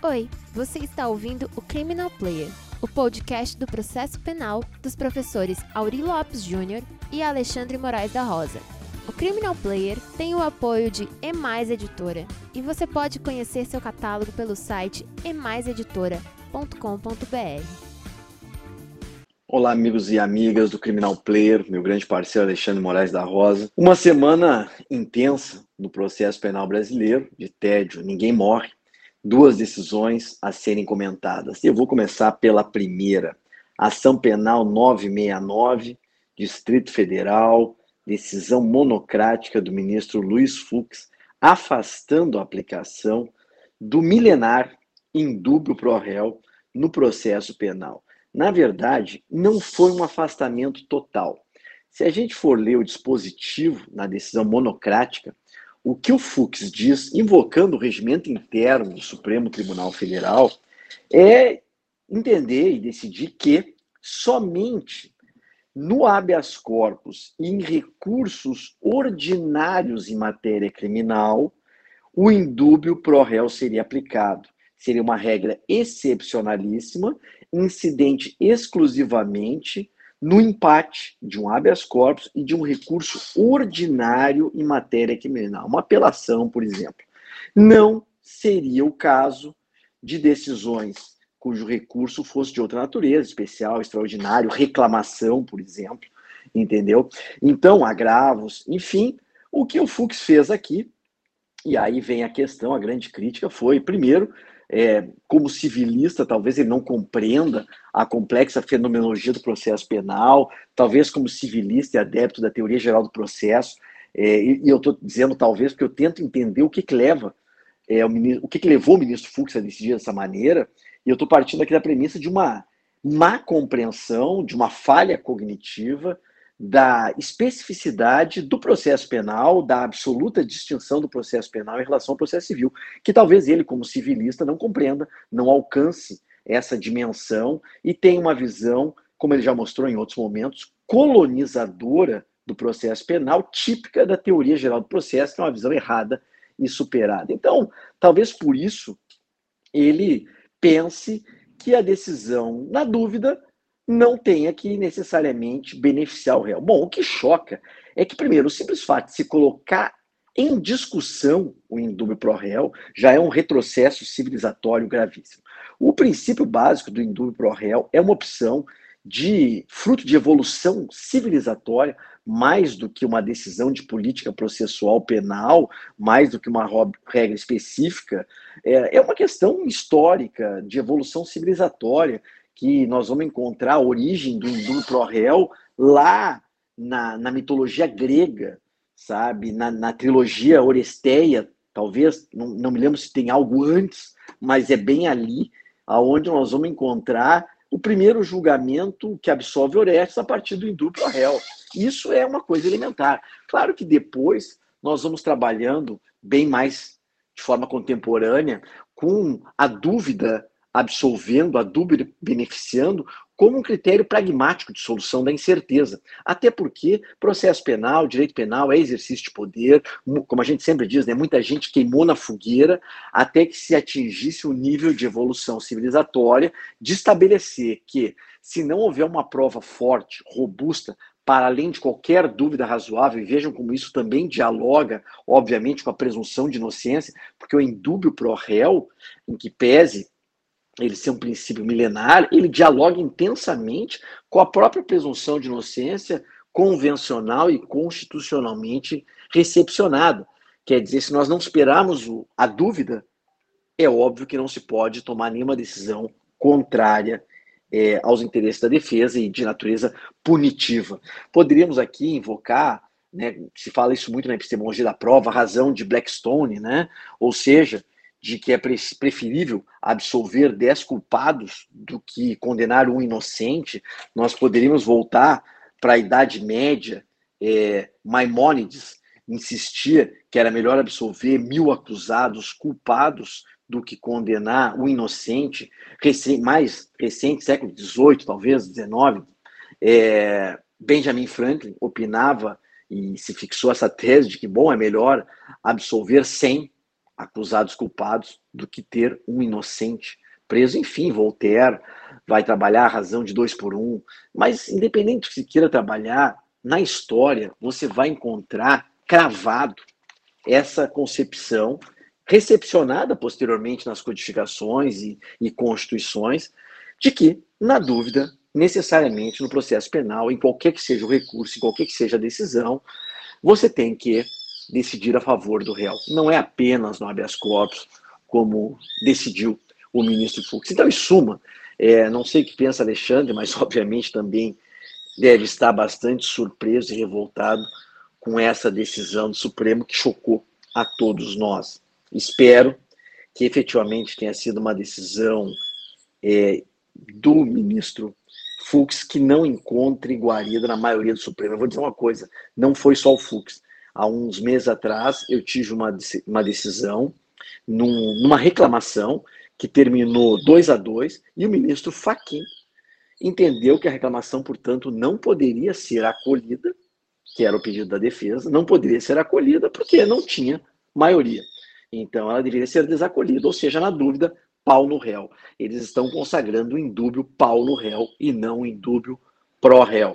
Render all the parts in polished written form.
Oi, você está ouvindo o Criminal Player, o podcast do processo penal dos professores Auri Lopes Júnior e Alexandre Moraes da Rosa. O Criminal Player tem o apoio de E+ Editora e você pode conhecer seu catálogo pelo site emaiseditora.com.br. Olá, amigos e amigas do Criminal Player, meu grande parceiro Alexandre Moraes da Rosa. Uma semana intensa no processo penal brasileiro, de tédio, ninguém morre. Duas decisões a serem comentadas. Eu vou começar pela primeira. Ação Penal 969, Distrito Federal, decisão monocrática do ministro Luiz Fux, afastando a aplicação do milenar indúbio pro réu no processo penal. Na verdade, não foi um afastamento total. Se a gente for ler o dispositivo na decisão monocrática, o que o Fux diz, invocando o regimento interno do Supremo Tribunal Federal, é entender e decidir que somente no habeas corpus e em recursos ordinários em matéria criminal, o indúbio pro réu seria aplicado. Seria uma regra excepcionalíssima, incidente exclusivamente no empate de um habeas corpus e de um recurso ordinário em matéria criminal, uma apelação, por exemplo. Não seria o caso de decisões cujo recurso fosse de outra natureza, especial, extraordinário, reclamação, por exemplo, entendeu? Então, agravos, enfim, o que o Fux fez aqui, e aí vem a questão, a grande crítica foi, primeiro, como civilista, talvez ele não compreenda a complexa fenomenologia do processo penal, talvez como civilista e adepto da teoria geral do processo, e eu estou dizendo talvez porque eu tento entender o que leva, o que levou o ministro Fux a decidir dessa maneira, e eu estou partindo aqui da premissa de uma má compreensão, de uma falha cognitiva, da especificidade do processo penal, da absoluta distinção do processo penal em relação ao processo civil, que talvez ele, como civilista, não compreenda, não alcance essa dimensão e tenha uma visão, como ele já mostrou em outros momentos, colonizadora do processo penal, típica da teoria geral do processo, que é uma visão errada e superada. Então, talvez por isso ele pense que a decisão, na dúvida, não tenha que necessariamente beneficiar o réu. Bom, o que choca é que, primeiro, o simples fato de se colocar em discussão o indúbio pro réu já é um retrocesso civilizatório gravíssimo. O princípio básico do indúbio pro réu é uma opção fruto de evolução civilizatória, mais do que uma decisão de política processual penal, mais do que uma regra específica, é uma questão histórica de evolução civilizatória, que nós vamos encontrar a origem do indúbio pro réu lá na mitologia grega, sabe? Na trilogia Oresteia, talvez, não me lembro se tem algo antes, mas é bem ali aonde nós vamos encontrar o primeiro julgamento que absolve Orestes a partir do indúbio pro réu. Isso é uma coisa elementar. Claro que depois nós vamos trabalhando bem mais de forma contemporânea com a dúvida absolvendo, a dúvida beneficiando, como um critério pragmático de solução da incerteza. Até porque processo penal, direito penal é exercício de poder, como a gente sempre diz, né, muita gente queimou na fogueira até que se atingisse o nível de evolução civilizatória de estabelecer que, se não houver uma prova forte, robusta, para além de qualquer dúvida razoável, e vejam como isso também dialoga, obviamente, com a presunção de inocência, porque o indúbio pro réu, em que pese ele ser um princípio milenar, ele dialoga intensamente com a própria presunção de inocência convencional e constitucionalmente recepcionada. Quer dizer, se nós não esperarmos a dúvida, é óbvio que não se pode tomar nenhuma decisão contrária aos interesses da defesa e de natureza punitiva. Poderíamos aqui invocar, né, se fala isso muito na epistemologia da prova, a razão de Blackstone, né? Ou seja, de que é preferível absolver 10 culpados do que condenar um inocente. Nós poderíamos voltar para a Idade Média. Maimônides insistia que era melhor absolver 1000 acusados culpados do que condenar um inocente. Mais recente, século XVIII, talvez, XIX, Benjamin Franklin opinava e se fixou essa tese de que, bom, é melhor absolver 100 acusados culpados do que ter um inocente preso. Enfim, Voltaire vai trabalhar a razão de 2 por 1, mas independente do que se queira trabalhar, na história você vai encontrar cravado essa concepção recepcionada posteriormente nas codificações e constituições, de que, na dúvida, necessariamente no processo penal, em qualquer que seja o recurso, em qualquer que seja a decisão, você tem que decidir a favor do réu. Não é apenas no habeas corpus, como decidiu o ministro Fux. Então, em suma, não sei o que pensa Alexandre, mas obviamente também deve estar bastante surpreso e revoltado com essa decisão do Supremo que chocou a todos nós. Espero que efetivamente tenha sido uma decisão do ministro Fux que não encontre guarida na maioria do Supremo. Eu vou dizer uma coisa, não foi só o Fux. Há uns meses atrás eu tive uma decisão numa reclamação que terminou 2-2 e o ministro Fachin entendeu que a reclamação, portanto, não poderia ser acolhida, que era o pedido da defesa, não poderia ser acolhida porque não tinha maioria. Então ela deveria ser desacolhida, ou seja, na dúvida, pau no réu. Eles estão consagrando o indúbio pau no réu e não o indúbio pró-réu.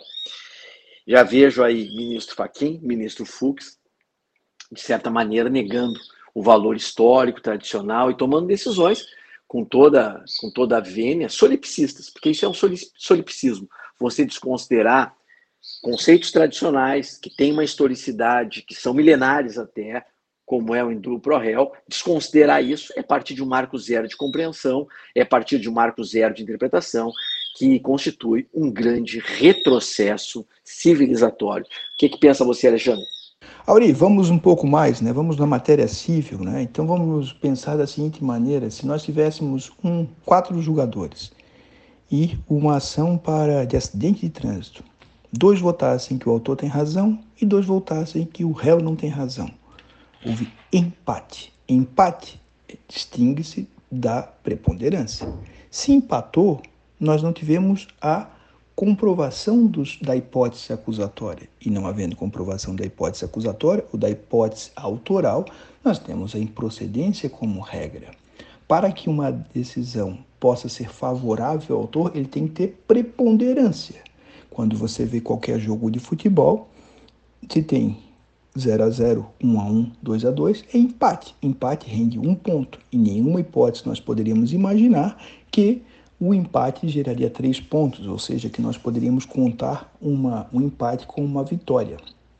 Já vejo aí ministro Fachin, ministro Fux, de certa maneira negando o valor histórico, tradicional e tomando decisões com toda a vênia, solipsistas, porque isso é um solipsismo. Você desconsiderar conceitos tradicionais que têm uma historicidade, que são milenares até, como é o indúbio pró-réu, desconsiderar isso é partir de um marco zero de compreensão, é partir de um marco zero de interpretação, que constitui um grande retrocesso civilizatório. O que pensa você, Alexandre? Auri, vamos um pouco mais, né? Vamos na matéria civil, né? Então vamos pensar da seguinte maneira: se nós tivéssemos 4 julgadores e uma ação de acidente de trânsito, 2 votassem que o autor tem razão e 2 votassem que o réu não tem razão. Houve empate. Empate distingue-se da preponderância. Se empatou, nós não tivemos a comprovação da hipótese acusatória. E não havendo comprovação da hipótese acusatória ou da hipótese autoral, nós temos a improcedência como regra. Para que uma decisão possa ser favorável ao autor, ele tem que ter preponderância. Quando você vê qualquer jogo de futebol, se tem 0-0, 1-1, 2-2, é empate. Empate rende 1 ponto. Em nenhuma hipótese nós poderíamos imaginar que o empate geraria 3 pontos, ou seja, que nós poderíamos contar um empate com uma vitória.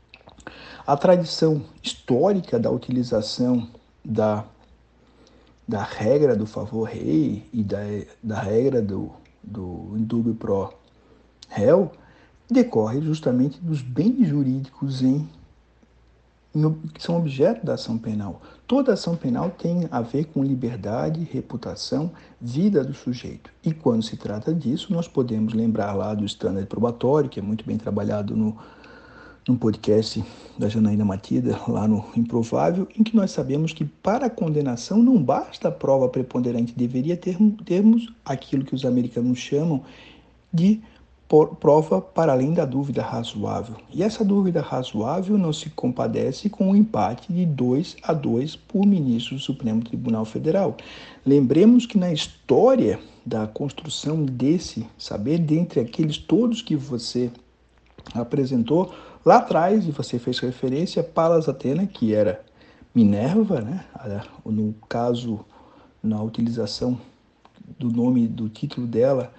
A tradição histórica da utilização da regra do favor rei e da regra do indúbio pró réu decorre justamente dos bens jurídicos que são objeto da ação penal. Toda ação penal tem a ver com liberdade, reputação, vida do sujeito. E quando se trata disso, nós podemos lembrar lá do standard probatório, que é muito bem trabalhado no podcast da Janaína Matida, lá no Improvável, em que nós sabemos que para a condenação não basta a prova preponderante, deveria termos aquilo que os americanos chamam de prova para além da dúvida razoável. E essa dúvida razoável não se compadece com o empate de 2-2 por ministro do Supremo Tribunal Federal. Lembremos que na história da construção desse saber, dentre aqueles todos que você apresentou, lá atrás, e você fez referência, Palas Atena, que era Minerva, né? No caso, na utilização do nome, do título dela,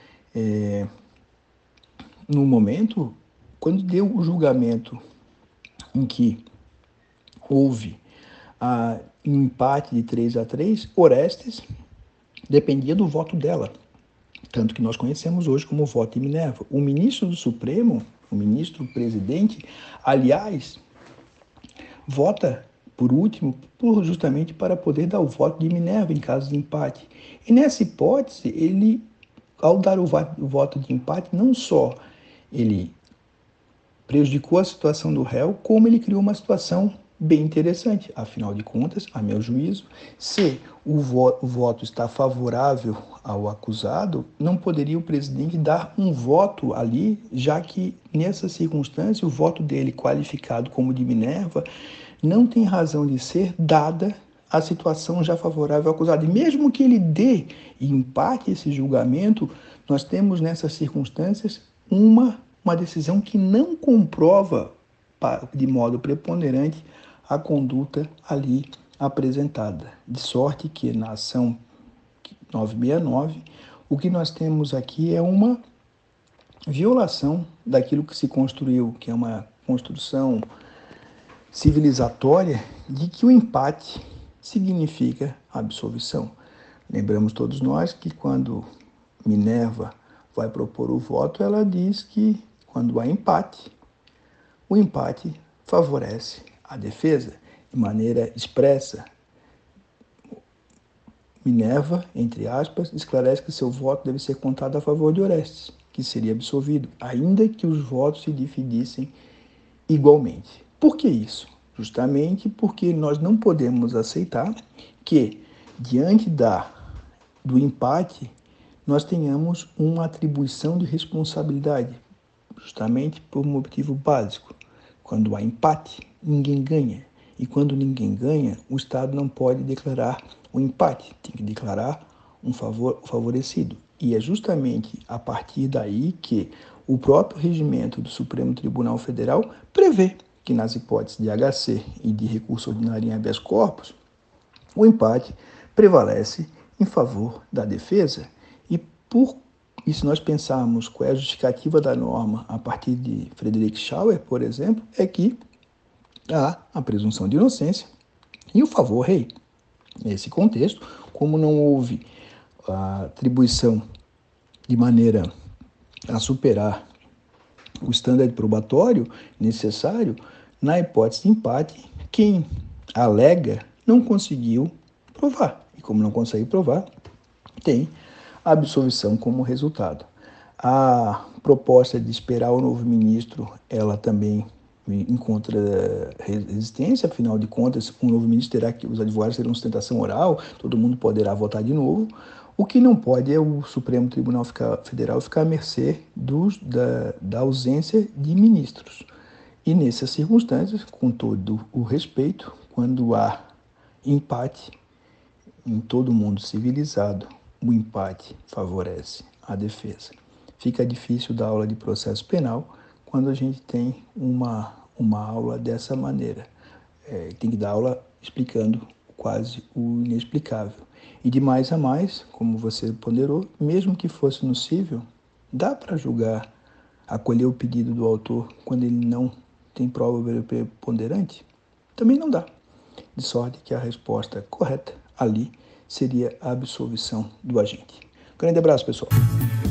no momento, quando deu o julgamento em que houve um empate de 3-3, Orestes dependia do voto dela, tanto que nós conhecemos hoje como voto de Minerva. O ministro do Supremo, o ministro-presidente, aliás, vota por último, justamente para poder dar o voto de Minerva em caso de empate. E nessa hipótese, ele, ao dar o voto de empate, não só ele prejudicou a situação do réu, como ele criou uma situação bem interessante. Afinal de contas, a meu juízo, se o voto está favorável ao acusado, não poderia o presidente dar um voto ali, já que nessa circunstância o voto dele, qualificado como de Minerva, não tem razão de ser dada a situação já favorável ao acusado. E mesmo que ele dê e empate esse julgamento, nós temos nessas circunstâncias uma decisão que não comprova de modo preponderante a conduta ali apresentada. De sorte que na ação 969, o que nós temos aqui é uma violação daquilo que se construiu, que é uma construção civilizatória de que o empate significa absolvição. Lembramos todos nós que quando Minerva vai propor o voto, ela diz que quando há empate, o empate favorece a defesa de maneira expressa. Minerva, entre aspas, esclarece que seu voto deve ser contado a favor de Orestes, que seria absolvido, ainda que os votos se dividissem igualmente. Por que isso? Justamente porque nós não podemos aceitar que, diante do empate, nós tenhamos uma atribuição de responsabilidade, justamente por um motivo básico. Quando há empate, ninguém ganha. E quando ninguém ganha, o Estado não pode declarar o empate, tem que declarar um favorecido. E é justamente a partir daí que o próprio regimento do Supremo Tribunal Federal prevê que nas hipóteses de HC e de recurso ordinário em habeas corpus, o empate prevalece em favor da defesa. E se nós pensarmos qual é a justificativa da norma a partir de Friedrich Schauer, por exemplo, é que há a presunção de inocência e o favor rei. Nesse contexto, como não houve a atribuição de maneira a superar o estándar probatório necessário, na hipótese de empate, quem alega não conseguiu provar. E como não consegue provar, tem a absolvição como resultado. A proposta de esperar o novo ministro, ela também encontra resistência, afinal de contas, o novo ministro terá que, os advogados terão sustentação oral, todo mundo poderá votar de novo. O que não pode é o Supremo Tribunal Federal ficar à mercê da ausência de ministros. E nessas circunstâncias, com todo o respeito, quando há empate em todo mundo civilizado, o empate favorece a defesa. Fica difícil dar aula de processo penal quando a gente tem uma aula dessa maneira. Tem que dar aula explicando quase o inexplicável. E de mais a mais, como você ponderou, mesmo que fosse nocível, dá para julgar, acolher o pedido do autor quando ele não tem prova preponderante? Também não dá. De sorte que a resposta correta ali seria a absolvição do agente. Grande abraço, pessoal.